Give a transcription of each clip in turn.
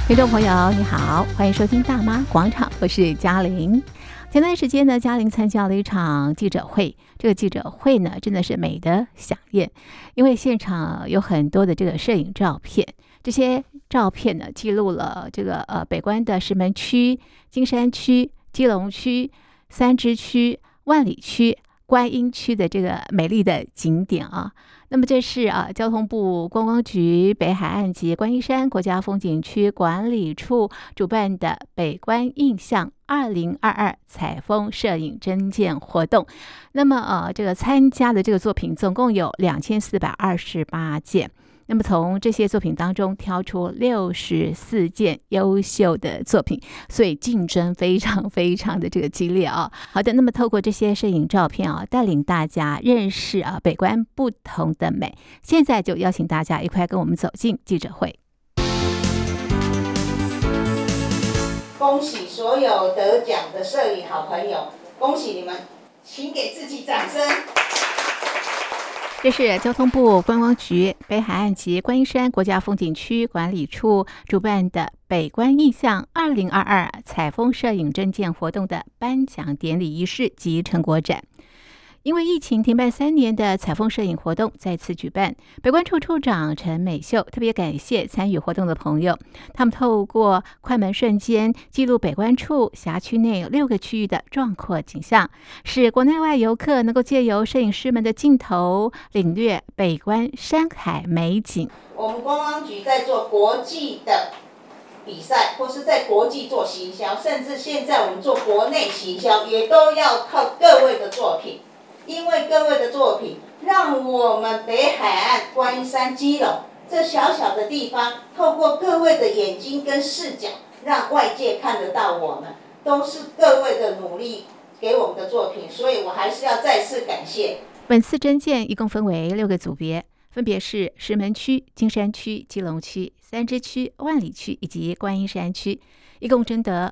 听众朋友你好，欢迎收听大妈广场，我是嘉玲。前段时间呢，嘉玲参加了一场记者会，这个记者会呢真的是美得响艳，因为现场有很多的这个摄影照片，这些照片呢记录了这个北关的石门区、金山区、基隆区、三芝区、万里区、观音区的这个美丽的景点啊。那么这是交通部观光局北海岸及观音山国家风景区管理处主办的北关印象2022采风摄影征件活动。那么这个参加的这个作品总共有2428件。那么从这些作品当中挑出64件优秀的作品，所以竞争非常非常的这个激烈啊。好的，那么透过这些摄影照片带领大家认识北关不同的美。现在就邀请大家一块跟我们走进记者会。 恭喜所有得奖的摄影好朋友，恭喜你们，请给自己掌声。 这是交通部观光局北海岸及观音山国家风景区管理处主办的北关印象2022采风摄影征件活动的颁奖典礼仪式及成果展。因为疫情停办3年的采风摄影活动再次举办，北关处处长陈美秀特别感谢参与活动的朋友，他们透过快门瞬间记录北关处辖区内6个区域的壮阔景象，使国内外游客能够借由摄影师们的镜头领略北关山海美景。 我们观光局在做国际的比赛，或是在国际做行销，甚至现在我们做国内行销，也都要靠各位的作品。因为各位的作品，让我们北海岸、观音山、基隆这小小的地方，透过各位的眼睛跟视角，让外界看得到我们，都是各位的努力给我们的作品，所以我还是要再次感谢。 本次征件一共分为6个组别，分别是石门区、金山区、基隆区、三芝区、万里区以及观音山区，一共征得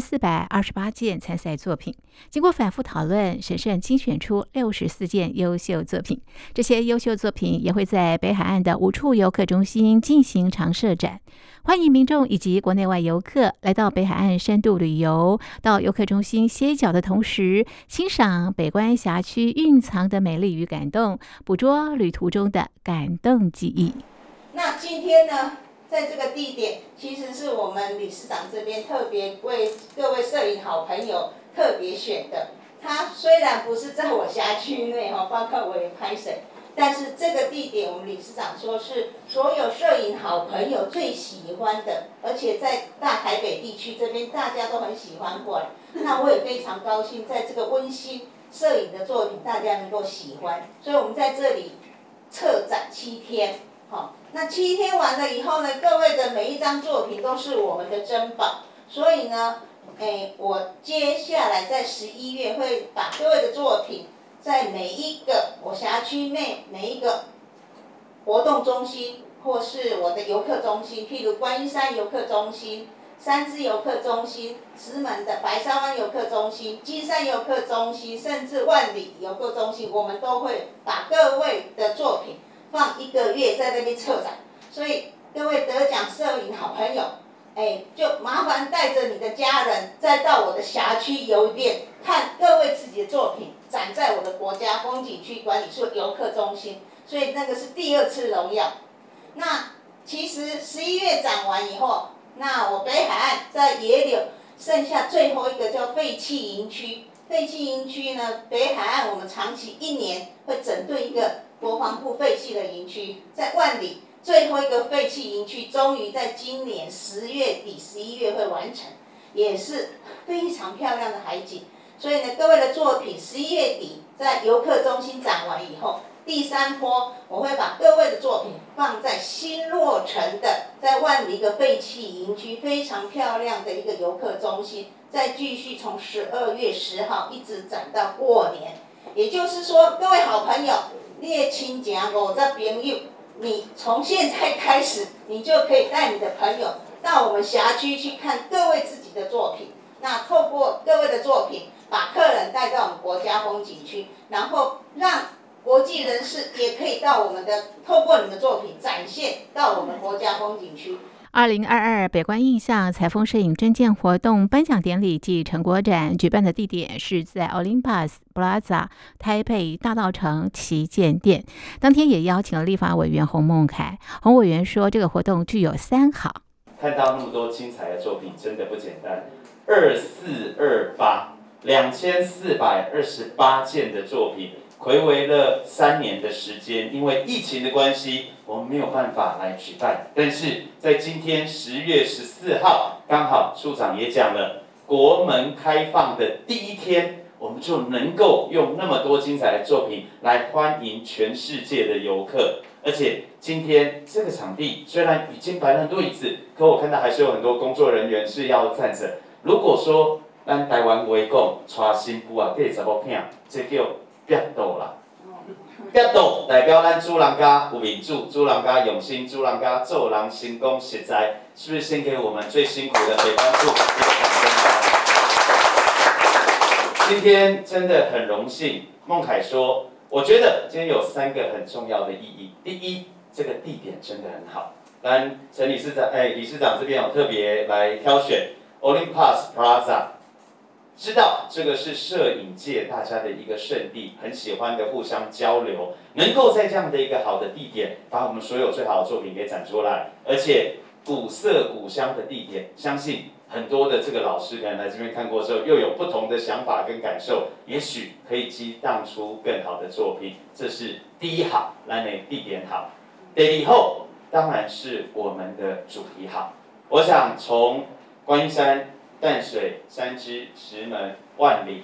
2428件参赛作品。经过反复讨论，审慎精选出64件优秀作品。这些优秀作品也会在北海岸的5处游客中心进行常设展，欢迎民众以及国内外游客来到北海岸深度旅游，到游客中心歇脚的同时，欣赏北关辖区蕴藏的美丽与感动，捕捉旅途中的感动记忆。 那今天呢，在这个地点，其实是我们理事长这边特别为各位摄影好朋友特别选的。它虽然不是在我辖区内包括我也拍摄，但是这个地点我们理事长说是所有摄影好朋友最喜欢的，而且在大台北地区这边大家都很喜欢过来。那我也非常高兴，在这个温馨摄影的作品大家能够喜欢，所以我们在这里策展7天。那7天完了以后呢，各位的每一张作品都是我们的珍宝，所以呢，我接下来在11月会把各位的作品在每一个我辖区内每一个活动中心，或是我的游客中心，譬如观音山游客中心、三芝游客中心、石门的白沙湾游客中心、金山游客中心，甚至万里游客中心，我们都会把各位的作品放1个月在那边策展。所以各位得奖摄影好朋友，就麻烦带着你的家人再到我的辖区游一遍，看各位自己的作品展在我的国家风景区管理处游客中心，所以那个是第2次荣耀。那其实11月展完以后，那我北海岸在野柳剩下最后一个叫废弃营区。废弃营区呢，北海岸我们长期1年会整顿一个国防部废弃的营区，在万里最后一个废弃营区终于在今年10月底、11月会完成，也是非常漂亮的海景。所以呢，各位的作品11月底在游客中心展完以后，第3波我会把各位的作品放在新落成的在万里一个废弃营区非常漂亮的一个游客中心，再继续从12月10号一直展到过年。也就是说，各位好朋友，你的亲情50朋友，你从现在开始，你就可以带你的朋友到我们辖区去看各位自己的作品。那透过各位的作品，把客人带到我们国家风景区，然后让国际人士也可以到我们的，透过你们的作品展现到我们国家风景区。 2022北关印象采风摄影征件活动颁奖典礼暨成果展举办的地点是在 Olympus Plaza 台北大稻埕旗舰店。当天也邀请了立法委员洪孟凯。洪委员说，这个活动具有3好。 看到那么多精彩的作品，真的不简单。2428件的作品，睽违了3年的时间，因为疫情的关系，我们没有办法来举办。但是在今天10月14号，刚好处长也讲了，国门开放的第一天，我们就能够用那么多精彩的作品来欢迎全世界的游客。而且今天这个场地虽然已经摆了很多椅子，可我看到还是有很多工作人员是要站着。如果说咱台湾话讲，带新妇啊，嫁查某囝，这叫逼斗啦。逼斗代表咱主人家有民主，主人家用心，主人家做人成功实在，是不是先给我们最辛苦的北关处一个掌声好？今天真的很荣幸，孟凯说，我觉得今天有3个很重要的意义。第一，这个地点真的很好。但陈理事长，理事长这边有特别来挑选 Olympus Plaza。知道这个是摄影界大家的一个圣地，很喜欢的互相交流，能够在这样的一个好的地点，把我们所有最好的作品给展出来，而且古色古香的地点，相信很多的这个老师可能来这边看过之后，又有不同的想法跟感受，也许可以激荡出更好的作品。这是第一好，咱的地点好。第二好，当然是我们的主题好。我想从观音山、淡水、三芝、石门、万里、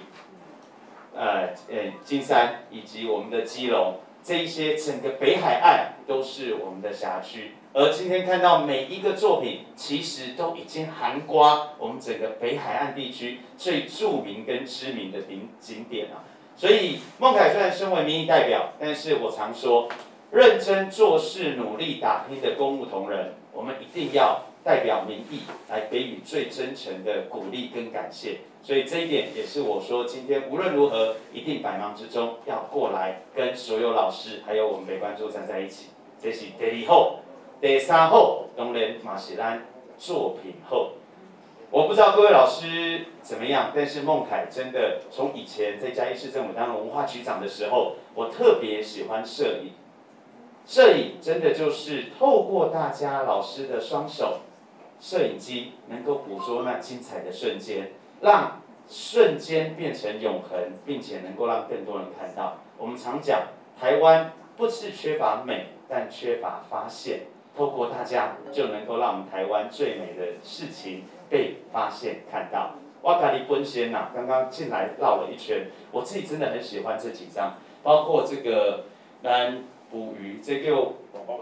金山以及我们的基隆，这一些整个北海岸都是我们的辖区。而今天看到每一个作品，其实都已经涵括我们整个北海岸地区最著名跟知名的景点啊。所以孟凯虽然身为民意代表，但是我常说，认真做事、努力打拼的公务同仁，我们一定要代表民意来给予最真诚的鼓励跟感谢。所以这一点也是我说，今天无论如何，一定百忙之中要过来跟所有老师还有我们北关处站在一起。这是第2好，第3好，当然嘛是咱作品好。我不知道各位老师怎么样，但是孟凯真的从以前在嘉义市政府当文化局长的时候，我特别喜欢摄影。摄影真的就是透过大家老师的双手，摄影机能够捕捉那精彩的瞬间，让瞬间变成永恒，并且能够让更多人看到。我们常讲，台湾不是缺乏美，但缺乏发现。透过大家，就能够让我们台湾最美的事情被发现看到。我自己本身呐，刚刚进来绕了一圈，我自己真的很喜欢这几张，包括这个咱捕鱼，这叫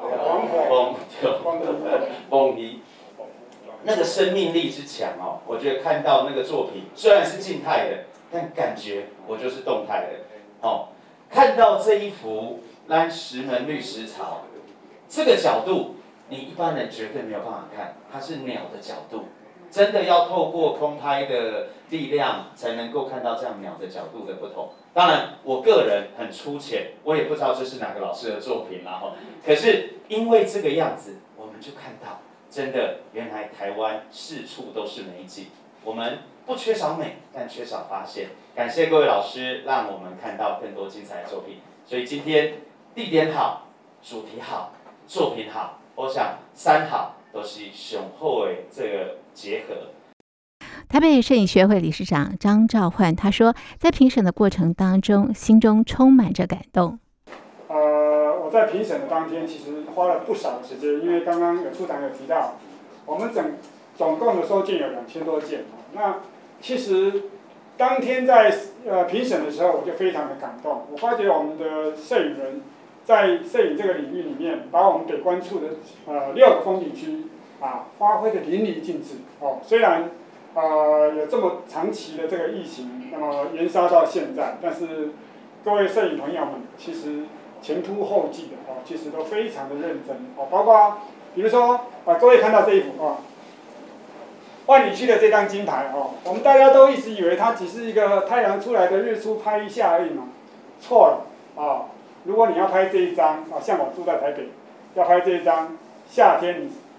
捕鱼，那个生命力之强哦，我觉得看到那个作品虽然是静态的，但感觉我就是动态的哦。看到这一幅咱石门绿石槽，这个角度你一般人绝对没有办法看，它是鸟的角度，真的要透过空拍的力量才能够看到这样鸟的角度的不同。当然，我个人很粗浅，我也不知道这是哪个老师的作品啦。可是因为这个样子，我们就看到，真的原来台湾四处都是美景。我们不缺少美，但缺少发现。感谢各位老师，让我们看到更多精彩的作品。所以今天地点好，主题好，作品好，我想3好都是上好的这个结合。 台北摄影学会理事长张兆焕他说，在评审的过程当中，心中充满着感动。 我在评审的当天其实花了不少的时间，因为刚刚有处长有提到，我们总共的收件有2000多件。那其实当天在评审的时候，我就非常的感动。我发觉我们的摄影人在摄影这个领域里面，把我们北关处的6个风景区发挥的淋漓尽致。虽然有这么长期的这个疫情，那么延烧到现在，但是各位摄影朋友们其实前仆后继的其实都非常的认真包括比如说各位看到这一幅万里区的这张金牌我们大家都一直以为它只是一个太阳出来的日出拍一下而已嘛，错了如果你要拍这一张像我住在台北，要拍这一张夏天你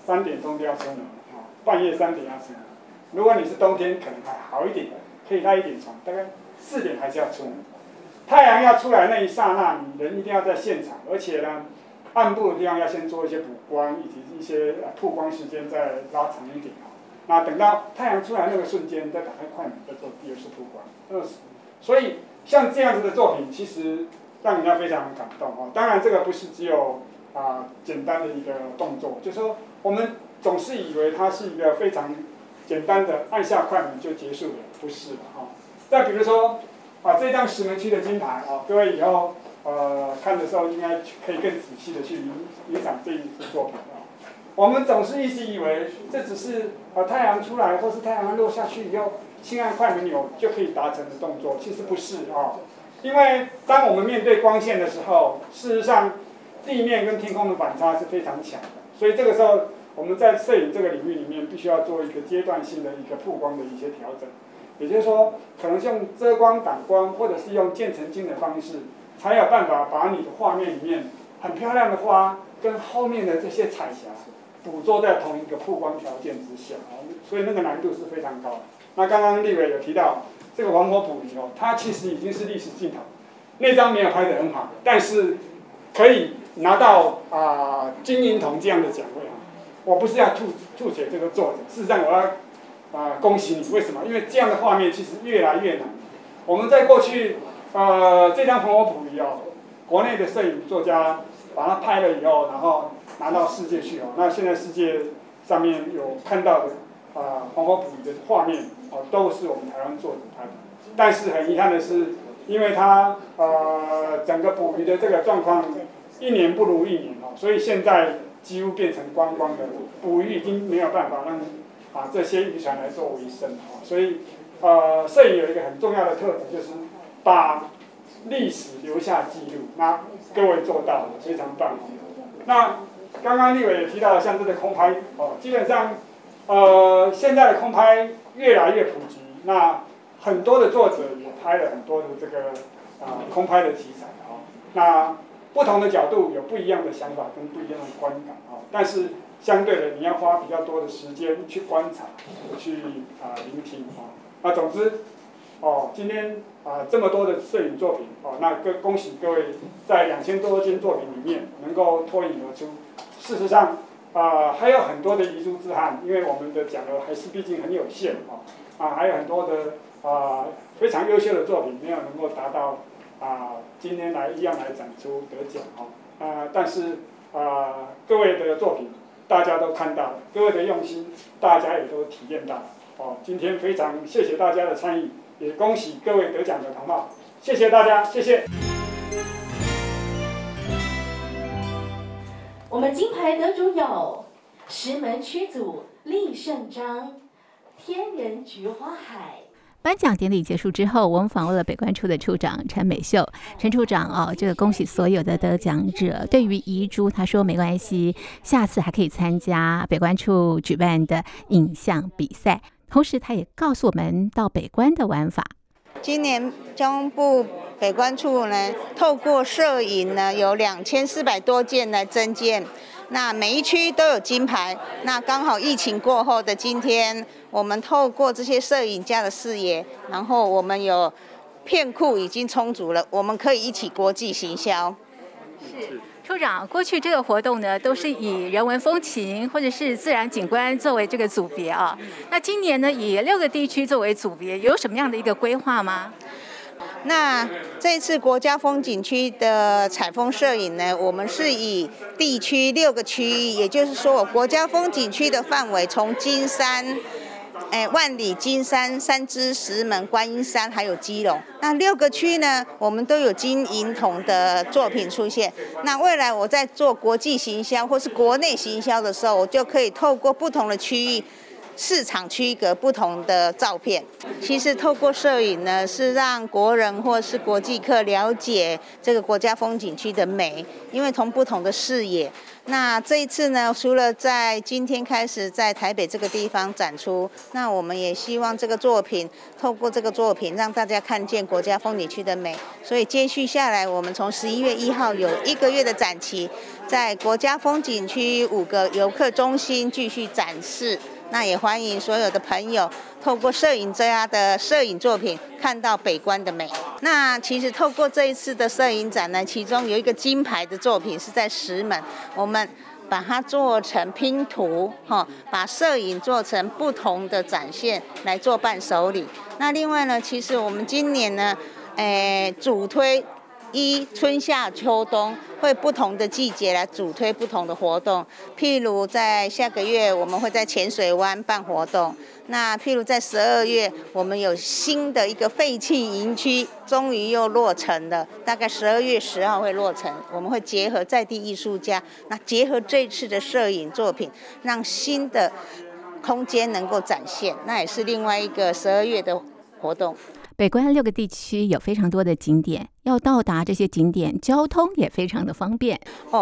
3点钟就要出门半夜3点要出门。如果你是冬天，可能还好一点，可以赖一点床，大概4点还是要出门。太阳要出来那一刹那，你人一定要在现场，而且呢，暗部的地方要先做一些补光，以及一些曝光时间再拉长一点那等到太阳出来那个瞬间，再打开快门，再做第2次曝光。所以像这样子的作品，其实让人家非常感动当然，这个不是只有简单的一个动作，就是说我们总是以为它是一个非常简单的按下快门就结束了，不是的再比如说这张石门区的金牌各位以后看的时候应该可以更仔细的去欣赏这一幅作品我们总是一直以为这只是太阳出来或是太阳落下去以后，轻按快门钮就可以达成的动作，其实不是因为当我们面对光线的时候，事实上地面跟天空的反差是非常强的，所以这个时候我们在摄影这个领域里面，必须要做一个阶段性的一个曝光的一些调整，也就是说，可能是用遮光、挡光，或者是用渐层镜的方式，才有办法把你的画面里面很漂亮的花跟后面的这些彩霞捕捉在同一个曝光条件之下，所以那个难度是非常高的。那刚刚立伟有提到这个黄火捕鱼它其实已经是历史镜头，那张没有拍得很好，但是可以拿到金银铜这样的奖位我不是要吐血这个作者，事实上我要恭喜你，为什么？因为这样的画面其实越来越难。我们在过去这张黄火捕鱼国内的摄影作家把它拍了以后，然后拿到世界去那现在世界上面有看到的黄火捕鱼的画面都是我们台湾作者拍的。但是很遗憾的是，因为它整个捕鱼的这个状况1年不如1年所以现在几乎变成观光的捕鱼，已经没有办法让这些渔船来做维生所以摄影有一个很重要的特质，就是把历史留下记录。那各位做到了，非常棒那刚刚立伟也提到，像这个空拍基本上现在的空拍越来越普及，那很多的作者也拍了很多的这个空拍的题材那不同的角度有不一样的想法跟不一样的观感但是相对的你要花比较多的时间去观察，去聆听那总之今天这么多的摄影作品那恭喜各位在2000多件作品里面能够脱颖而出。事实上还有很多的遗珠之憾，因为我们的奖额还是毕竟很有限还有很多的非常优秀的作品没有能够达到今天一样来展出得奖但是各位的作品大家都看到了，各位的用心大家也都体验到了今天非常谢谢大家的参与，也恭喜各位得奖的同好，谢谢大家，谢谢。 我们金牌得主有石门区组厉胜章、天人菊花海。 颁奖典礼结束之后，我们访问了北关处的处长陈美秀。陈处长这个恭喜所有的得奖者。对于遗珠，他说没关系，下次还可以参加北关处举办的影像比赛。同时，他也告诉我们到北关的玩法。 今年交通部北关处呢，透过摄影呢，有2400多件来征件。那每一区都有金牌，那刚好疫情过后的今天，我们透过这些摄影家的视野，然后我们有片库已经充足了，我们可以一起国际行销。 是。处长，过去这个活动呢，都是以人文风情或者是自然景观作为这个组别那今年呢，以6个地区作为组别，有什么样的一个规划吗？ 那这次国家风景区的采风摄影呢，我们是以地区6个区域，也就是说，国家风景区的范围从金山、万里金山、三芝、石门、观音山，还有基隆。那6个区呢，我们都有金银铜的作品出现。那未来我在做国际行销或是国内行销的时候，我就可以透过不同的区域， 市场区隔不同的照片。其实透过摄影呢，是让国人或是国际客了解这个国家风景区的美，因为从不同的视野。那这一次呢，除了在今天开始在台北这个地方展出，那我们也希望这个作品透过这个作品让大家看见国家风景区的美。所以接续下来，我们从11月1号有1个月的展期，在国家风景区5个游客中心继续展示。那也欢迎所有的朋友透过摄影家的摄影作品看到北关的美。那其实透过这一次的摄影展呢，其中有一个金牌的作品是在石门，我们把它做成拼图，把摄影做成不同的展现来做伴手礼。那另外呢，其实我们今年呢，主推春夏秋冬会不同的季节来主推不同的活动，譬如在下个月我们会在浅水湾办活动，那譬如在12月我们有新的一个废弃营区终于又落成了，大概12月10号会落成，我们会结合在地艺术家，那结合这次的摄影作品，让新的空间能够展现，那也是另外一个12月的活动。 北关6个地区有非常多的景点，要到达这些景点，交通也非常的方便。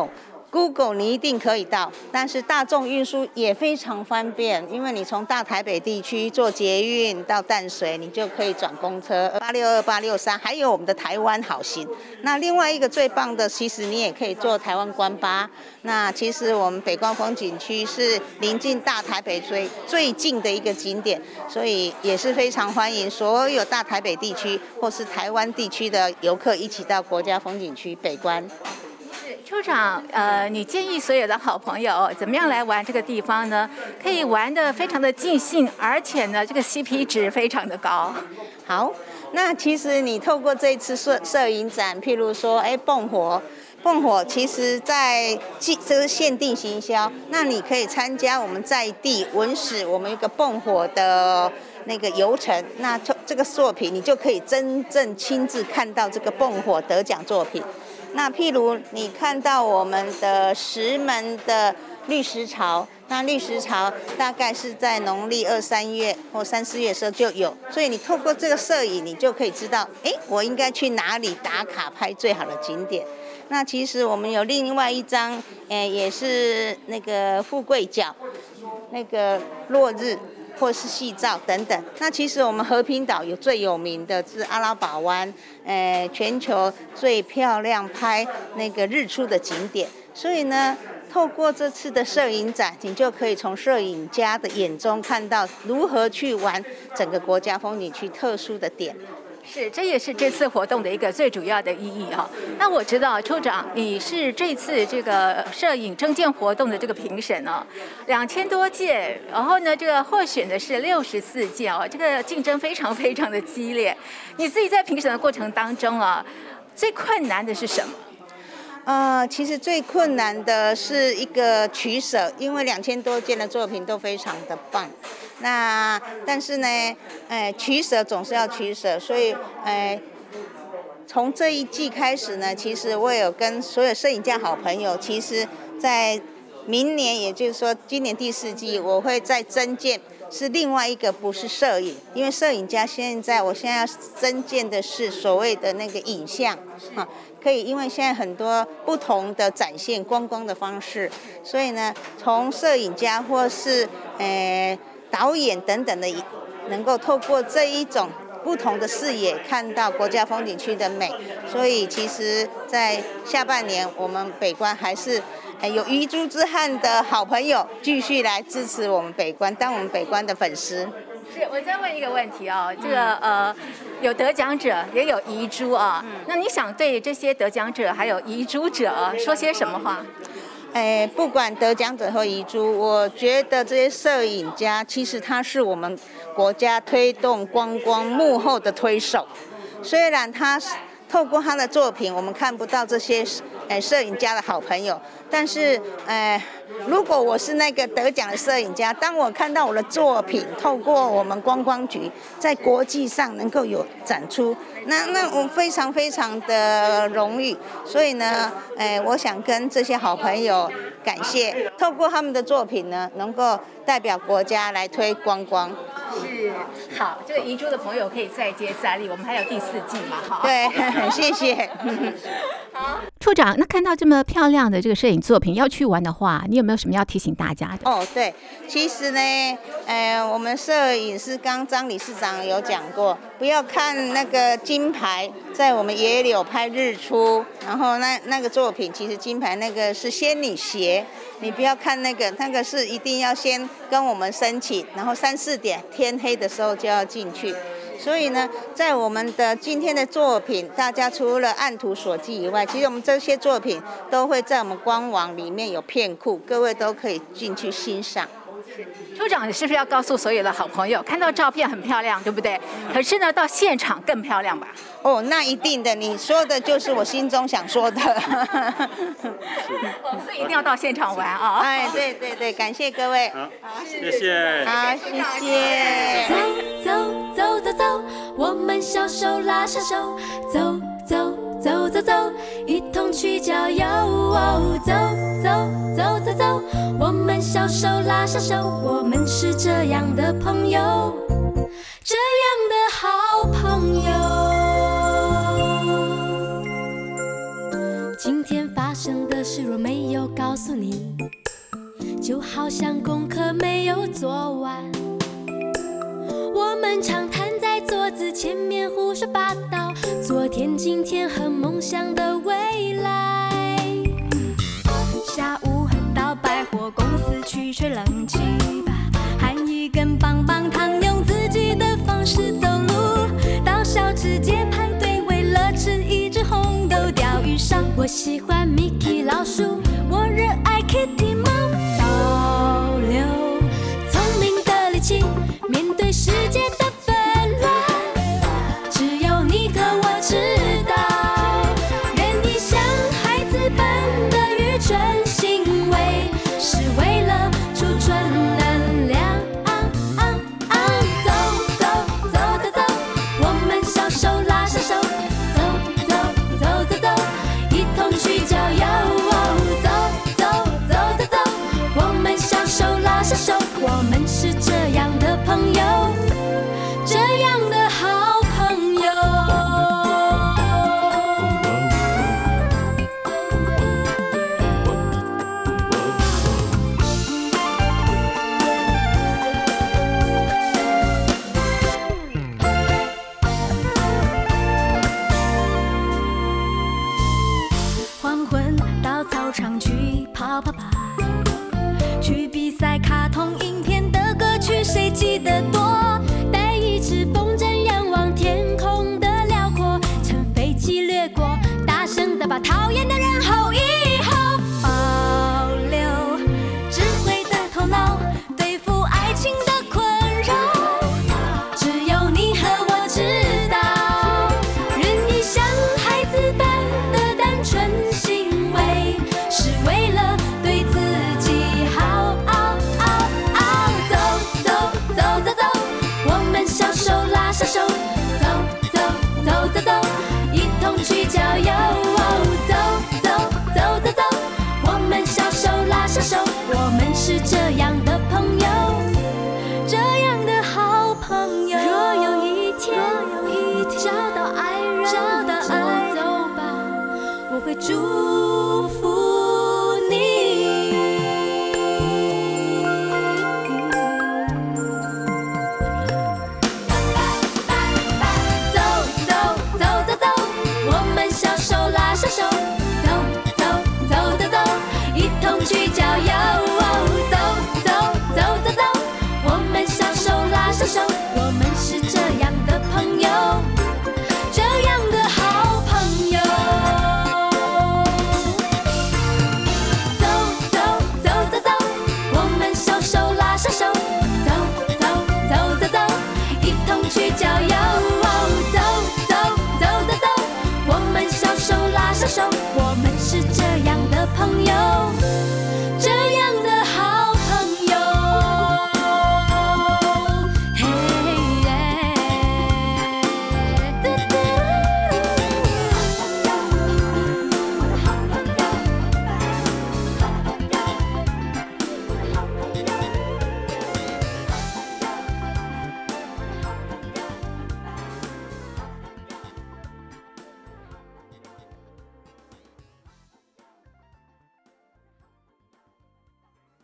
Google 你一定可以到，但是大众运输也非常方便，因为你从大台北地区坐捷运到淡水，你就可以转公车862、863，还有我们的台湾好行。那另外一个最棒的，其实你也可以坐台湾观巴。那其实我们北关风景区是临近大台北最近的一个景点，所以也是非常欢迎所有大台北地区或是台湾地区的游客一起到国家风景区北关。 处长，你建议所有的好朋友怎么样来玩这个地方呢？可以玩得非常的尽兴，而且呢，这个 CP 值非常的高。 好，那其实你透过这次摄影展，譬如说，蹦火其实在这是限定行销，那你可以参加我们在地文史，我们一个蹦火的那个游程，那这个作品你就可以真正亲自看到这个蹦火得奖作品。那譬如你看到我们的石门的绿石槽，那绿石槽大概是在农历2、3月或3、4月的时候就有，所以你透过这个摄影，你就可以知道，我应该去哪里打卡拍最好的景点。那其实我们有另外一张，也是那个富贵角，那个落日。或是夕照等等。那其实我们和平岛有最有名的是阿拉堡湾，全球最漂亮拍那个日出的景点。所以呢，透过这次的摄影展，你就可以从摄影家的眼中看到如何去玩整个国家风景区特殊的点。 是，这也是这次活动的一个最主要的意义哈。那我知道处长你是这次这个摄影征件活动的这个评审哦，2000多届，然后呢这个获选的是64届哦，这个竞争非常非常的激烈。你自己在评审的过程当中啊，最困难的是什么？ 其实最困难的是一个取舍，因为2000多件的作品都非常的棒。那但是呢，取舍总是要取舍，所以从这一季开始呢，其实我有跟所有摄影家好朋友，其实在明年，也就是说今年第4季，我会再增建是另外一个，不是摄影，因为摄影家我现在要增建的是所谓的那个影像可以，因为现在很多不同的展现观光的方式，所以呢，从摄影家或是导演等等的，能够透过这一种不同的视野看到国家风景区的美。所以其实在下半年，我们北关还是有遗珠之憾的好朋友继续来支持我们北关，当我们北关的粉丝。 是，我再问一个问题哦，这个有得奖者也有遗珠啊，那你想对这些得奖者还有遗珠者说些什么话？ 不管得奖者或遗珠，我觉得这些摄影家其实他是我们国家推动观光幕后的推手，虽然他透过他的作品我们看不到这些摄影家的好朋友，但是如果我是那个得奖的摄影家，当我看到我的作品透过我们观光局在国际上能够有展出，那我非常非常的荣誉。所以呢，我想跟这些好朋友感谢，透过他们的作品呢，能够代表国家来推观光。 是，好，这个遗珠的朋友可以再接再厉，我们还有第4季嘛，哈。 对，谢谢。 处长，那看到这么漂亮的这个摄影作品，要去玩的话，你有没有什么要提醒大家的？ 哦，对，其实呢，我们摄影师刚张理事长有讲过，不要看那个金牌在我们野柳拍日出，然后那个作品，其实金牌那个是仙女鞋，你不要看那个是一定要先跟我们申请，然后3、4点天黑的时候就要进去。所以呢，在我们的今天的作品，大家除了按图索骥以外，其实我们这些作品都会在我们官网里面有片库，各位都可以进去欣赏。 处长，你是不是要告诉所有的好朋友，看到照片很漂亮，对不对？可是呢，到现场更漂亮吧？ 哦，那一定的，你说的就是我心中想说的。 所以一定要到现场玩啊！ 哎，对对对，感谢各位。 好，谢谢。 好，谢谢。 走走走走走，我们小手拉小手，走走走走走，一同去郊游。走走走走走，我们小手拉小手，我们是这样的朋友，这样的好朋友。今天发生的事若没有告诉你，就好像功课没有做完。我们常瘫在桌子前面胡说八道，昨天、今天和梦想的未来。下午到百货公司去吹冷气吧，含一根棒棒糖，用自己的方式走路，到小吃街排队，为了吃一只红豆钓鱼烧。我喜欢 Mickey 老鼠，我热爱 Kitty。